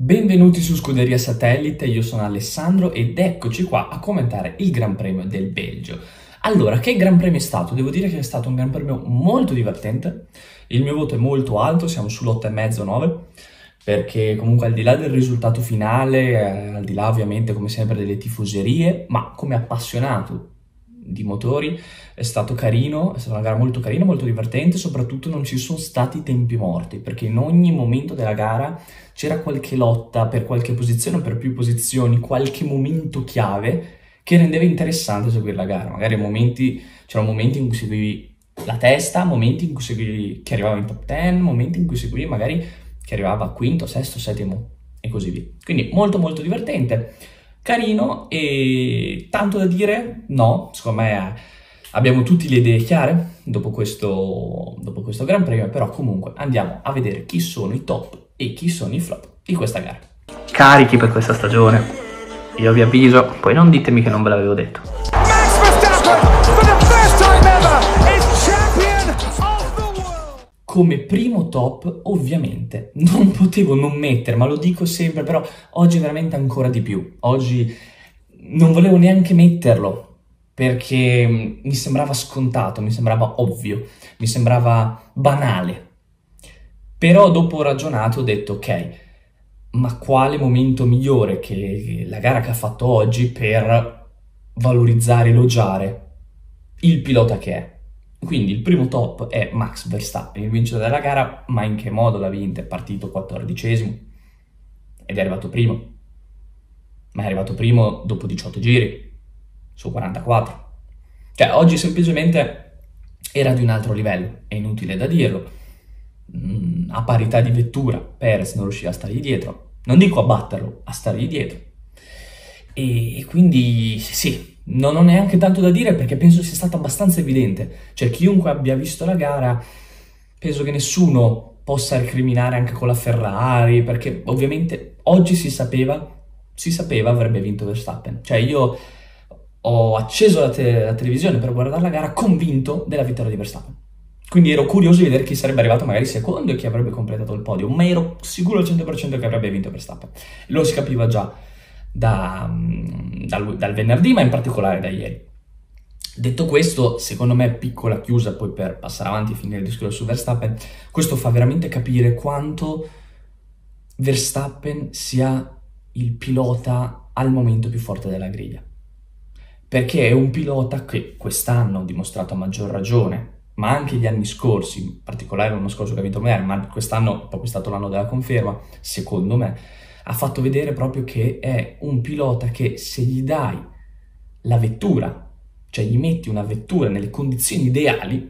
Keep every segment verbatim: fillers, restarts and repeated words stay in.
Benvenuti su Scuderia Satellite, io sono Alessandro ed eccoci qua a commentare il Gran Premio del Belgio. Allora, che Gran Premio è stato? Devo dire che è stato un Gran Premio molto divertente, il mio voto è molto alto, siamo sull'otto e mezzo nove, perché comunque al di là del risultato finale, eh, al di là ovviamente come sempre delle tifoserie, ma come appassionato di motori è stato carino, è stata una gara molto carina, molto divertente, soprattutto non ci sono stati tempi morti, perché in ogni momento della gara c'era qualche lotta per qualche posizione o per più posizioni, qualche momento chiave che rendeva interessante seguire la gara. Magari momenti, c'erano momenti in cui seguivi la testa, momenti in cui seguivi chi arrivava in top dieci, momenti in cui seguivi magari chi arrivava a quinto, sesto, settimo e così via. Quindi molto molto divertente, carino e tanto da dire? No, secondo me abbiamo tutti le idee chiare dopo questo, dopo questo Gran Premio, però comunque andiamo a vedere chi sono i top e chi sono i flop di questa gara. Carichi per questa stagione, io vi avviso, poi non ditemi che non ve l'avevo detto. Max Verstappen, for the first time ever, is champion of the world. Come primo top, ovviamente, non potevo non mettere, ma lo dico sempre, però oggi veramente ancora di più. Oggi non volevo neanche metterlo, perché mi sembrava scontato, mi sembrava ovvio, mi sembrava banale. Però dopo ho ragionato ho detto, ok, ma quale momento migliore che la gara che ha fatto oggi per valorizzare, elogiare il pilota che è. Quindi il primo top è Max Verstappen, il vincitore della gara, ma in che modo l'ha vinta? È partito quattordicesimo ed è arrivato primo, ma è arrivato primo dopo diciotto giri, su quarantaquattro. Cioè oggi semplicemente era di un altro livello, è inutile da dirlo. A parità di vettura Perez non riusciva a stargli dietro, non dico a batterlo, a stargli dietro, e quindi sì, non ho neanche tanto da dire perché penso sia stato abbastanza evidente. Cioè chiunque abbia visto la gara, penso che nessuno possa recriminare anche con la Ferrari, perché ovviamente oggi si sapeva si sapeva avrebbe vinto Verstappen. Cioè io ho acceso la, te la televisione per guardare la gara convinto della vittoria di Verstappen. Quindi ero curioso di vedere chi sarebbe arrivato magari secondo e chi avrebbe completato il podio, ma ero sicuro al cento per cento che avrebbe vinto Verstappen. Lo si capiva già da, dal, dal venerdì, ma in particolare da ieri. Detto questo, secondo me, piccola chiusa poi per passare avanti e finire il discorso su Verstappen, questo fa veramente capire quanto Verstappen sia il pilota al momento più forte della griglia. Perché è un pilota che quest'anno ha dimostrato a maggior ragione, ma anche gli anni scorsi, in particolare l'anno scorso che ha vinto Miami, ma quest'anno proprio è stato l'anno della conferma, secondo me, ha fatto vedere proprio che è un pilota che se gli dai la vettura, cioè gli metti una vettura nelle condizioni ideali,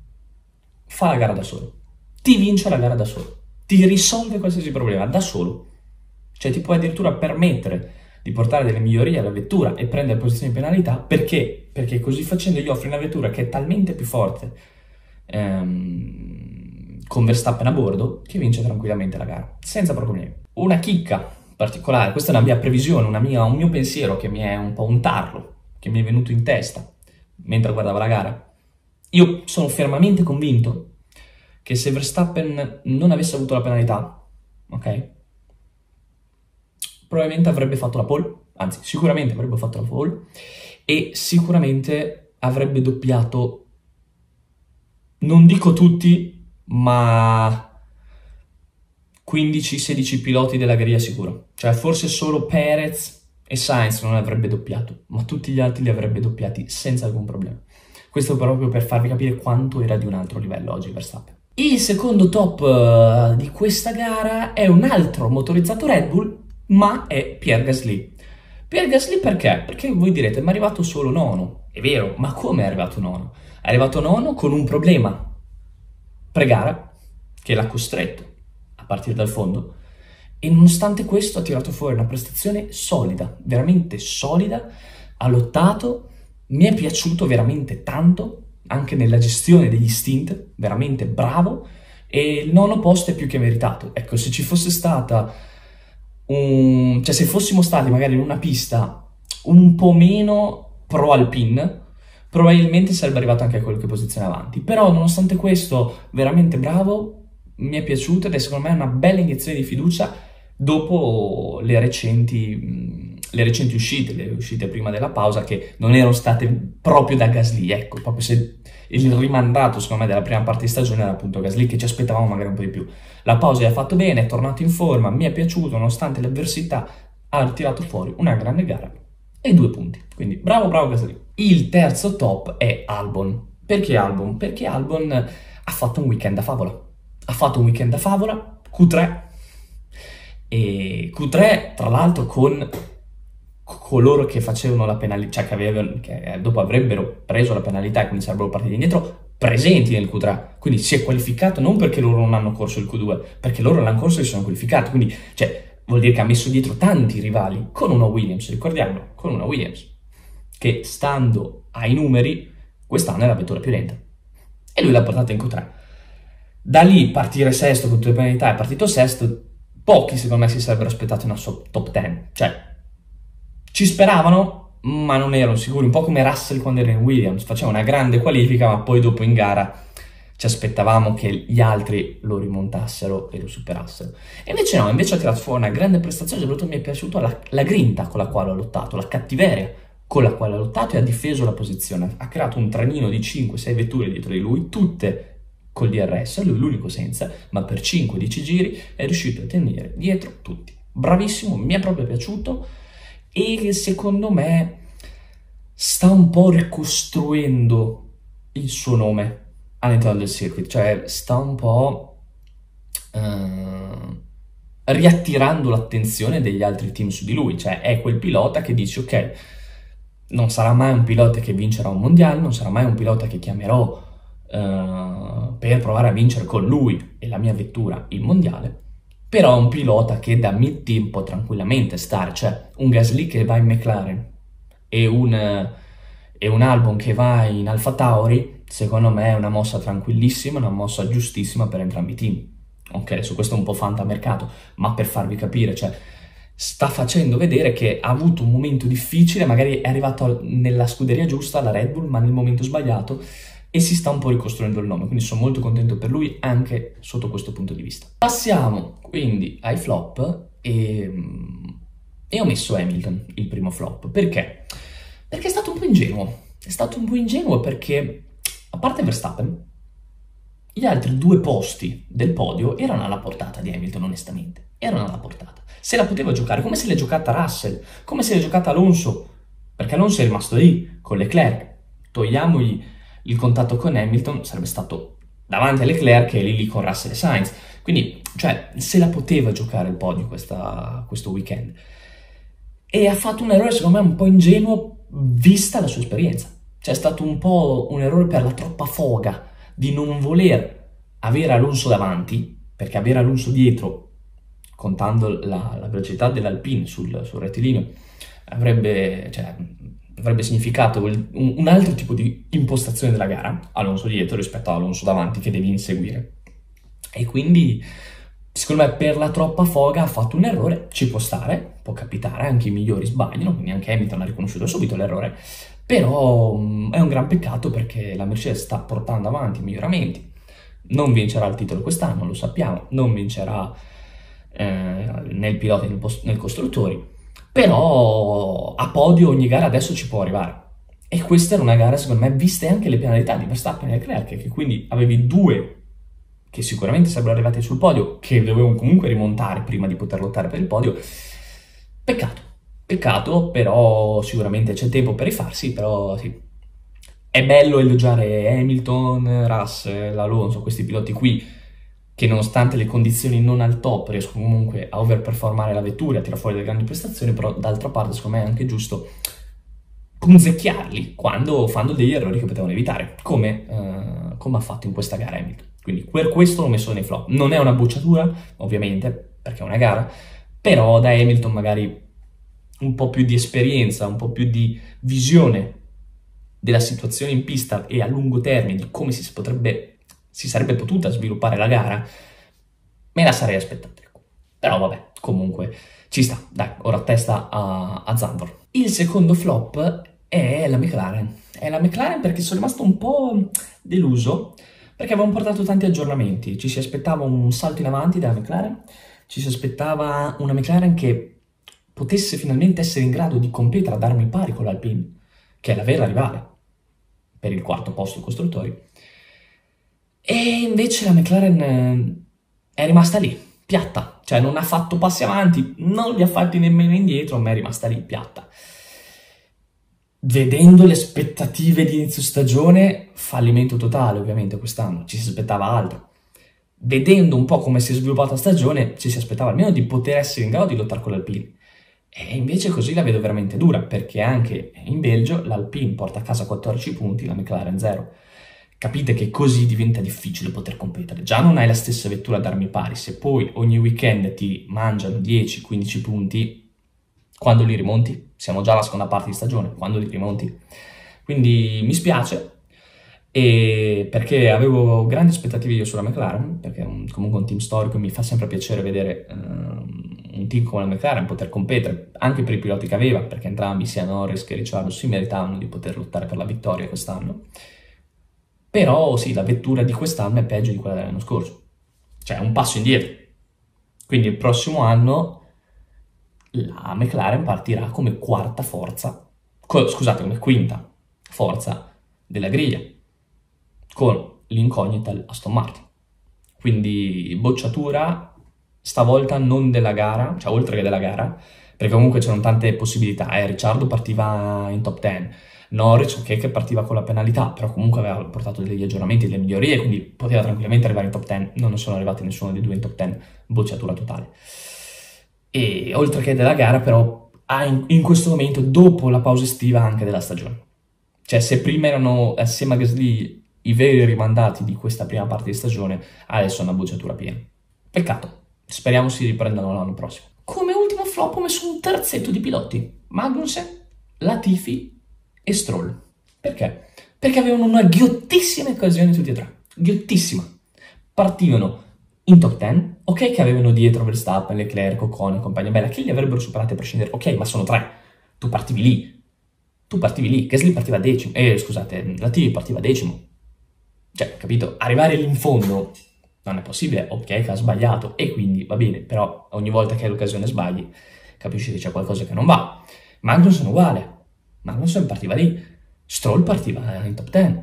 fa la gara da solo, ti vince la gara da solo, ti risolve qualsiasi problema da solo, cioè ti puoi addirittura permettere di portare delle migliorie alla vettura e prendere posizioni di penalità, perché? Perché così facendo gli offri una vettura che è talmente più forte ehm, con Verstappen a bordo che vince tranquillamente la gara, senza problemi. Una chicca particolare, questa è una mia previsione, una mia, un mio pensiero che mi è un po' un tarlo, che mi è venuto in testa mentre guardavo la gara. Io sono fermamente convinto che se Verstappen non avesse avuto la penalità, ok? Probabilmente avrebbe fatto la pole, anzi sicuramente avrebbe fatto la pole e sicuramente avrebbe doppiato, non dico tutti, ma quindici sedici piloti della griglia sicuro. Cioè forse solo Perez e Sainz non avrebbe doppiato, ma tutti gli altri li avrebbe doppiati senza alcun problema. Questo proprio per farvi capire quanto era di un altro livello oggi Verstappen. Il secondo top uh, di questa gara è un altro motorizzato Red Bull, ma è Pierre Gasly. Pierre Gasly perché? Perché voi direte, ma è arrivato solo nono. È vero, ma come è arrivato nono? È arrivato nono con un problema pre-gara che l'ha costretto a partire dal fondo e nonostante questo ha tirato fuori una prestazione solida, veramente solida, ha lottato, mi è piaciuto veramente tanto, anche nella gestione degli stint, veramente bravo, e il nono posto è più che meritato. Ecco, se ci fosse stata Un, cioè se fossimo stati magari in una pista un po' meno pro Alpine, probabilmente sarebbe arrivato anche a qualche posizione avanti. Però nonostante questo veramente bravo, mi è piaciuto ed è secondo me una bella iniezione di fiducia dopo le recenti, le recenti uscite, le uscite prima della pausa, che non erano state proprio da Gasly, ecco, proprio se il rimandato secondo me della prima parte di stagione era appunto Gasly, che ci aspettavamo magari un po' di più. La pausa gli ha fatto bene, è tornato in forma, mi è piaciuto, nonostante le avversità, ha tirato fuori una grande gara e due punti, quindi bravo bravo Gasly. Il terzo top è Albon. Perché Albon? Perché Albon ha fatto un weekend da favola, ha fatto un weekend da favola, Q tre, e Q tre tra l'altro con coloro che facevano la penalità, cioè che, avevano, che dopo avrebbero preso la penalità e quindi sarebbero partiti indietro, presenti nel Q tre, quindi si è qualificato non perché loro non hanno corso il Q due, perché loro l'hanno corso e si sono qualificati, quindi cioè, vuol dire che ha messo dietro tanti rivali con una Williams, ricordiamolo, con una Williams, che stando ai numeri quest'anno è la vettura più lenta, e lui l'ha portata in Q tre. Da lì partire sesto con tutte le penalità, è partito sesto, pochi secondo me si sarebbero aspettati una sua top dieci, cioè ci speravano ma non erano sicuri, un po' come Russell quando era in Williams, faceva una grande qualifica ma poi dopo in gara ci aspettavamo che gli altri lo rimontassero e lo superassero, e invece no, invece ha tirato fuori una grande prestazione. Soprattutto mi è piaciuta la, la grinta con la quale ha lottato, la cattiveria con la quale ha lottato e ha difeso la posizione, ha creato un trenino di cinque sei vetture dietro di lui, tutte col D R S, lui l'unico senza, ma per cinque dieci giri è riuscito a tenere dietro tutti. Bravissimo, mi è proprio piaciuto, e secondo me sta un po' ricostruendo il suo nome all'interno del circuit, cioè sta un po' uh, riattirando l'attenzione degli altri team su di lui, cioè è quel pilota che dice ok, non sarà mai un pilota che vincerà un mondiale, non sarà mai un pilota che chiamerò Uh, per provare a vincere con lui e la mia vettura il mondiale, però è un pilota che da mid-team può tranquillamente stare, cioè un Gasly che va in McLaren e un, uh, e un Albon che va in Alfa Tauri, secondo me è una mossa tranquillissima, una mossa giustissima per entrambi i team. Ok, su questo è un po' fantamercato, ma per farvi capire, cioè sta facendo vedere che ha avuto un momento difficile, magari è arrivato nella scuderia giusta, la Red Bull, ma nel momento sbagliato, e si sta un po' ricostruendo il nome, quindi sono molto contento per lui anche sotto questo punto di vista. Passiamo quindi ai flop, e, e ho messo Hamilton il primo flop. Perché? Perché è stato un po' ingenuo, è stato un po' ingenuo perché, a parte Verstappen, gli altri due posti del podio erano alla portata di Hamilton, onestamente, erano alla portata. Se la poteva giocare, come se l'è giocata Russell, come se l'è giocata Alonso, perché Alonso è rimasto lì con Leclerc, togliamogli il contatto con Hamilton, sarebbe stato davanti a Leclerc e lì lì con Russell e Sainz, quindi cioè se la poteva giocare il podio questa, questo weekend, e ha fatto un errore secondo me un po' ingenuo vista la sua esperienza, cioè è stato un po' un errore per la troppa foga di non voler avere Alonso davanti, perché avere Alonso dietro, contando la, la velocità dell'Alpine sul, sul rettilineo, avrebbe, cioè, avrebbe significato un, un altro tipo di impostazione della gara, Alonso dietro rispetto a Alonso davanti che devi inseguire. E quindi, secondo me, per la troppa foga ha fatto un errore, ci può stare, può capitare, anche i migliori sbagliano, quindi anche Hamilton ha riconosciuto subito l'errore, però um, è un gran peccato perché la Mercedes sta portando avanti i miglioramenti, non vincerà il titolo quest'anno, lo sappiamo, non vincerà eh, nel pilota e nel, nel costruttori, però a podio ogni gara adesso ci può arrivare. E questa era una gara, secondo me, viste anche le penalità di Verstappen e Leclerc, che quindi avevi due che sicuramente sarebbero arrivati sul podio, che dovevano comunque rimontare prima di poter lottare per il podio. Peccato, peccato, però sicuramente c'è tempo per rifarsi, però sì. È bello elogiare Hamilton, Russell, Alonso, questi piloti qui, che nonostante le condizioni non al top riescono comunque a overperformare la vettura, a tirare fuori delle grandi prestazioni, però d'altra parte secondo me è anche giusto punzecchiarli quando fanno degli errori che potevano evitare, come, uh, come ha fatto in questa gara Hamilton. Quindi per questo l'ho messo nei flop. Non è una bocciatura, ovviamente, perché è una gara, però da Hamilton magari un po' più di esperienza, un po' più di visione della situazione in pista e a lungo termine di come si potrebbe, si sarebbe potuta sviluppare la gara, me la sarei aspettata. Però vabbè, comunque ci sta. Dai, ora testa a, a Zandvoort. Il secondo flop è la McLaren. È la McLaren perché sono rimasto un po' deluso, perché avevamo portato tanti aggiornamenti, ci si aspettava un salto in avanti dalla McLaren, ci si aspettava una McLaren che potesse finalmente essere in grado di competere ad armi pari con l'Alpine, che è la vera rivale per il quarto posto costruttori. E invece la McLaren è rimasta lì, piatta, cioè non ha fatto passi avanti, non li ha fatti nemmeno indietro, ma è rimasta lì, piatta. Vedendo le aspettative di inizio stagione, fallimento totale ovviamente quest'anno, ci si aspettava altro. Vedendo un po' come si è sviluppata la stagione, ci si aspettava almeno di poter essere in grado di lottare con l'Alpine. E invece così la vedo veramente dura, perché anche in Belgio l'Alpine porta a casa quattordici punti, la McLaren zero. Capite che così diventa difficile poter competere. Già non hai la stessa vettura ad armi pari, se poi ogni weekend ti mangiano dieci quindici punti, quando li rimonti? Siamo già alla seconda parte di stagione, quando li rimonti? Quindi mi spiace, e perché avevo grandi aspettative io sulla McLaren, perché è un, comunque un team storico, mi fa sempre piacere vedere um, un team come la McLaren poter competere, anche per i piloti che aveva, perché entrambi, sia Norris che Ricciardo, si meritavano di poter lottare per la vittoria quest'anno. Però sì, la vettura di quest'anno è peggio di quella dell'anno scorso, cioè un passo indietro. Quindi il prossimo anno la McLaren partirà come quarta forza, co- scusate, come quinta forza della griglia, con l'incognita Aston Martin. Quindi bocciatura, stavolta non della gara, cioè oltre che della gara, perché comunque c'erano tante possibilità. Eh, Ricciardo partiva in top dieci, Norris, ok, che partiva con la penalità, però comunque aveva portato degli aggiornamenti, delle migliorie, quindi poteva tranquillamente arrivare in top dieci. Non ne sono arrivati nessuno dei due in top dieci, bocciatura totale. E oltre che della gara, però, ha in, in questo momento, dopo la pausa estiva, anche della stagione. Cioè, se prima erano assieme a Gasly i veri rimandati di questa prima parte di stagione, adesso è una bocciatura piena. Peccato, speriamo si riprendano l'anno prossimo. Come ultimo flop ho messo un terzetto di piloti, Magnussen, Latifi e Stroll. Perché? Perché avevano una ghiottissima occasione tutti e tre, ghiottissima. Partivano in top dieci, ok che avevano dietro Verstappen, Leclerc, Ocon e compagnia bella, che li avrebbero superati a prescindere, ok, ma sono tre, tu partivi lì, tu partivi lì, Gasly partiva decimo, eh scusate, Latifi partiva decimo. Cioè, capito? Arrivare lì in fondo non è possibile, ok che ha sbagliato, e quindi va bene, però ogni volta che hai l'occasione sbagli, capisci che c'è qualcosa che non va. Magnussen è uguale, Magnussen partiva lì, Stroll partiva in top dieci.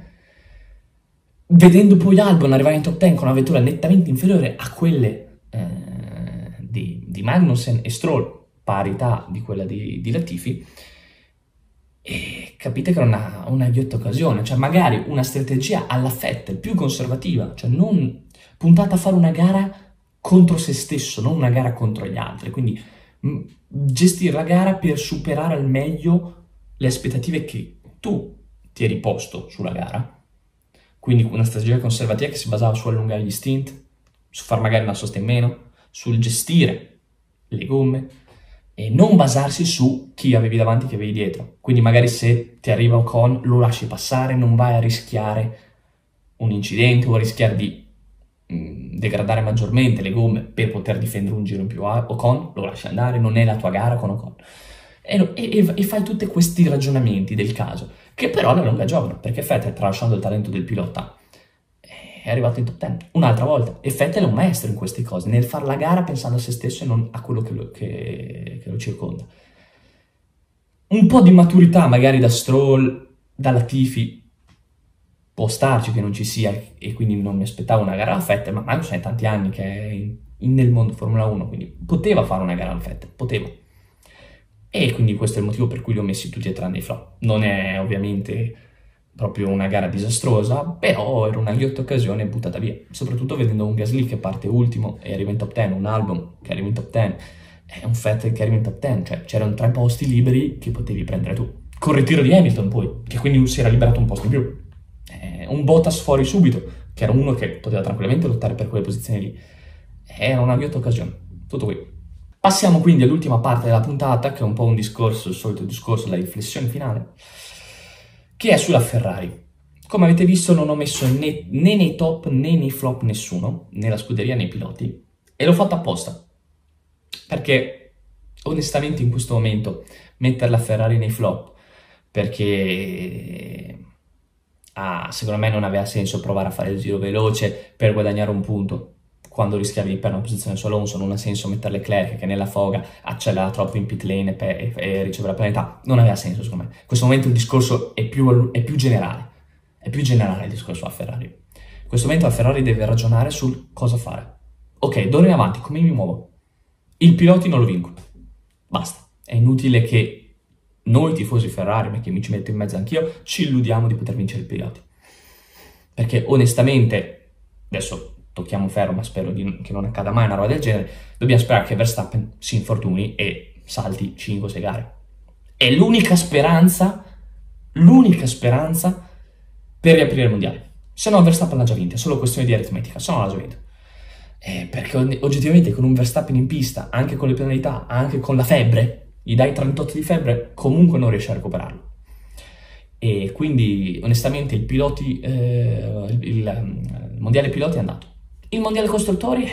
Vedendo poi Albon arrivare in top dieci con una vettura nettamente inferiore a quelle eh, di, di Magnussen e Stroll, parità di quella di, di Latifi, e capite che è una, una ghiotta occasione, cioè magari una strategia alla Vettel più conservativa, cioè non puntata a fare una gara contro se stesso, non una gara contro gli altri, quindi mh, gestire la gara per superare al meglio le aspettative che tu ti eri posto sulla gara. Quindi una strategia conservativa che si basava su allungare gli stint, su far magari una sosta in meno, sul gestire le gomme e non basarsi su chi avevi davanti e chi avevi dietro. Quindi magari se ti arriva Ocon lo lasci passare, non vai a rischiare un incidente o a rischiare di mh, degradare maggiormente le gomme per poter difendere un giro in più a Ocon, lo lasci andare, non è la tua gara con Ocon. E, e, e fai tutti questi ragionamenti del caso, che però alla lunga giocano, perché Vettel, tralasciando il talento del pilota, è arrivato in top dieci un'altra volta, e Vettel è un maestro in queste cose, nel fare la gara pensando a se stesso e non a quello che lo, che, che lo circonda. Un po' di maturità magari da Stroll, da Latifi può starci che non ci sia, e quindi non mi aspettavo una gara a Vettel, ma Magnussen è tanti anni che è in, in, nel mondo Formula uno, quindi poteva fare una gara al Vettel, poteva. E quindi questo è il motivo per cui li ho messi tutti e tre nei flop. Non è ovviamente proprio una gara disastrosa, però era una ghiotta occasione buttata via. Soprattutto vedendo un Gasly che parte ultimo e arriva in top dieci, un Albon che arriva in top dieci, e un Vettel che arriva in top dieci, cioè c'erano tre posti liberi che potevi prendere tu. Con il ritiro di Hamilton poi, che quindi si era liberato un posto in più. Eh, un Bottas fuori subito, che era uno che poteva tranquillamente lottare per quelle posizioni lì. Era una ghiotta occasione. Tutto qui. Passiamo quindi all'ultima parte della puntata, che è un po' un discorso, il solito discorso, la riflessione finale, che è sulla Ferrari. Come avete visto non ho messo né, né nei top né nei flop nessuno, né la scuderia né i piloti, e l'ho fatto apposta, perché onestamente in questo momento mettere la Ferrari nei flop, perché ah, secondo me non aveva senso provare a fare il giro veloce per guadagnare un punto, quando rischiavi di perdere una posizione su Alonso, non ha senso mettere Leclerc che nella foga accelera troppo in pit lane e, e, e riceve la penalità, non aveva senso secondo me. In questo momento il discorso è più, è più generale, è più generale il discorso a Ferrari. In questo momento la Ferrari deve ragionare sul cosa fare. Ok, d'ora in avanti come mi muovo? Il piloti non lo vinco, basta, è inutile che noi tifosi Ferrari, perché mi ci metto in mezzo anch'io, ci illudiamo di poter vincere i piloti. Perché onestamente, adesso tocchiamo ferro, ma spero di, che non accada mai una roba del genere, dobbiamo sperare che Verstappen si infortuni e salti cinque sei gare. È l'unica speranza, l'unica speranza per riaprire il mondiale. Se no Verstappen l'ha già vinto, è solo questione di aritmetica, se no l'ha già vinto. Eh, perché oggettivamente con un Verstappen in pista, anche con le penalità, anche con la febbre, gli dai trentotto di febbre, comunque non riesci a recuperarlo. E quindi onestamente il piloti, eh, il, il, il mondiale piloti è andato. Il mondiale costruttori,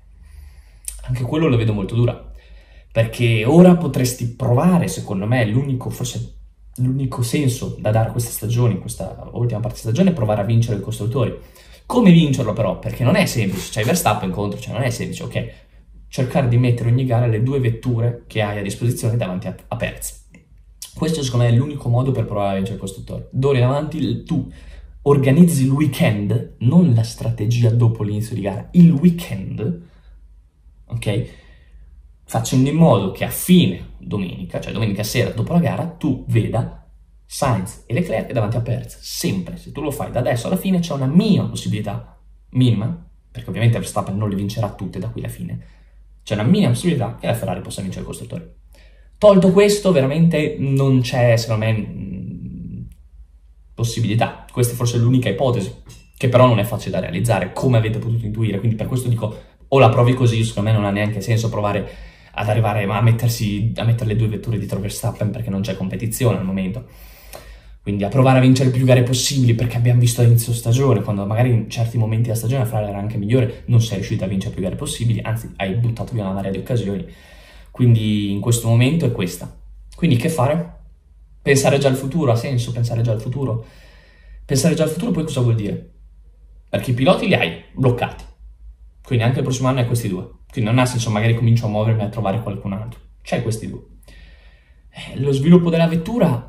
anche quello lo vedo molto dura, perché ora potresti provare, secondo me, l'unico, forse l'unico senso da dare a questa stagione, in questa ultima parte di stagione, è provare a vincere il costruttori. Come vincerlo però? Perché non è semplice, c'hai Verstappen contro, cioè non è semplice, ok? Cercare di mettere ogni gara le due vetture che hai a disposizione davanti a, a Perez. Questo secondo me è l'unico modo per provare a vincere il costruttore. D'ora in avanti tu organizzi il weekend, non la strategia dopo l'inizio di gara, il weekend, ok? Facendo in modo che a fine domenica, cioè domenica sera dopo la gara, tu veda Sainz e Leclerc davanti a Perez. Sempre, se tu lo fai da adesso alla fine c'è una minima possibilità, minima, perché ovviamente Verstappen non le vincerà tutte da qui alla fine, c'è una minima possibilità che la Ferrari possa vincere il costruttore. Tolto questo, veramente non c'è, secondo me, mh, possibilità. Questa è forse l'unica ipotesi, che però non è facile da realizzare, come avete potuto intuire. Quindi per questo dico, o la provi così, secondo me non ha neanche senso provare ad arrivare a, mettersi, a mettere le due vetture dietro Verstappen, perché non c'è competizione al momento. Quindi a provare a vincere più gare possibili, perché abbiamo visto all'inizio stagione, quando magari in certi momenti della stagione la Ferrari era anche migliore, non sei riuscito a vincere più gare possibili, anzi hai buttato via una marea di occasioni. Quindi in questo momento è questa. Quindi che fare? Pensare già al futuro, ha senso pensare già al futuro? Pensare già al futuro poi cosa vuol dire? Perché i piloti li hai bloccati, quindi anche il prossimo anno hai questi due, quindi non ha senso magari comincio a muovermi a trovare qualcun altro, c'hai questi due. Eh, lo sviluppo della vettura,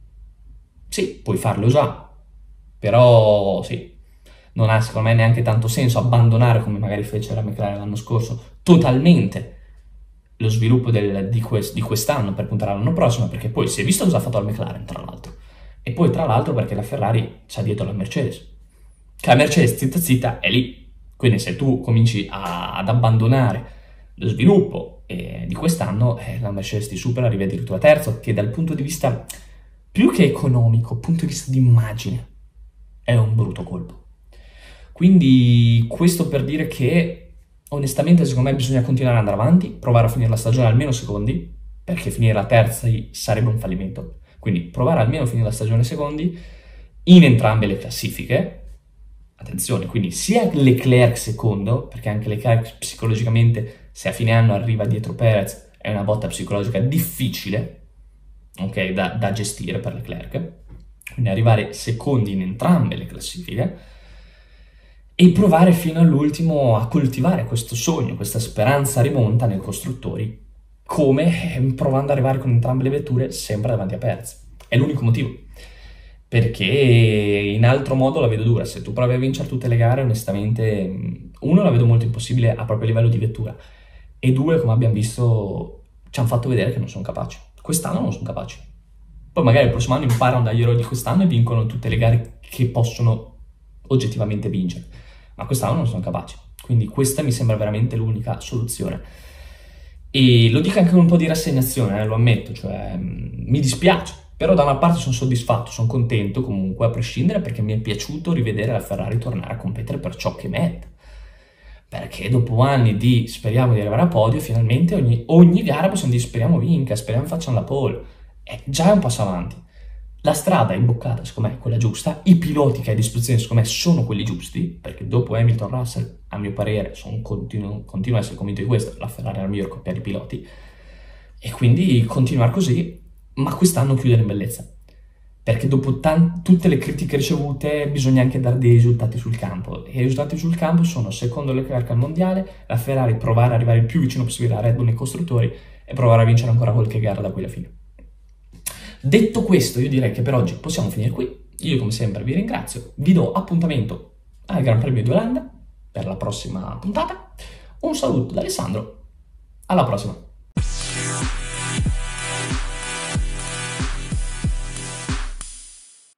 sì, puoi farlo già, però sì, non ha secondo me neanche tanto senso abbandonare, come magari fece la McLaren l'anno scorso, totalmente lo sviluppo del, di, quest, di quest'anno per puntare all'anno prossimo, perché poi si è visto cosa ha fatto la McLaren, tra l'altro, e poi tra l'altro perché la Ferrari c'ha dietro la Mercedes, che la Mercedes zitta zitta è lì, quindi se tu cominci a, ad abbandonare lo sviluppo eh, di quest'anno, eh, la Mercedes ti supera, arriva addirittura terzo, che dal punto di vista più che economico, punto di vista di immagine, è un brutto colpo. Quindi questo per dire che onestamente secondo me bisogna continuare ad andare avanti, provare a finire la stagione almeno secondi, perché finire la terza sarebbe un fallimento. Quindi provare almeno a finire la stagione secondi in entrambe le classifiche. Attenzione, quindi sia Leclerc secondo, perché anche Leclerc psicologicamente se a fine anno arriva dietro Perez è una botta psicologica difficile, ok, da, da gestire per Leclerc, quindi arrivare secondi in entrambe le classifiche e provare fino all'ultimo a coltivare questo sogno, questa speranza rimonta nei costruttori, come provando ad arrivare con entrambe le vetture sempre davanti a Perez. È l'unico motivo, perché in altro modo la vedo dura. Se tu provi a vincere tutte le gare, onestamente, uno, la vedo molto impossibile a proprio livello di vettura, e due, come abbiamo visto, ci hanno fatto vedere che non sono capaci. Quest'anno non sono capaci. Poi magari il prossimo anno imparano dagli errori di quest'anno e vincono tutte le gare che possono oggettivamente vincere, ma quest'anno non sono capaci. Quindi questa mi sembra veramente l'unica soluzione. E lo dico anche con un po' di rassegnazione, eh, lo ammetto, cioè mh, mi dispiace, però da una parte sono soddisfatto, sono contento comunque, a prescindere, perché mi è piaciuto rivedere la Ferrari tornare a competere per ciò che merita. Perché dopo anni di speriamo di arrivare a podio, finalmente ogni, ogni gara possiamo dire speriamo vinca, speriamo facciano la pole. È già un passo avanti. La strada è imboccata, secondo me, è quella giusta. I piloti che hai a disposizione, secondo me, sono quelli giusti, perché dopo Hamilton, Russell, a mio parere, sono continuo, continuo a essere convinto di questo, la Ferrari è la miglior coppia di piloti, e quindi continuare così, ma quest'anno chiudere in bellezza. perché dopo tan- tutte le critiche ricevute bisogna anche dare dei risultati sul campo, e i risultati sul campo sono, secondo Leclerc al mondiale, la Ferrari provare ad arrivare il più vicino possibile alla Red Bull nei costruttori e provare a vincere ancora qualche gara da qui alla fine. Detto questo, io direi che per oggi possiamo finire qui. Io come sempre vi ringrazio, vi do appuntamento al Gran Premio di Olanda per la prossima puntata. Un saluto da Alessandro, alla prossima!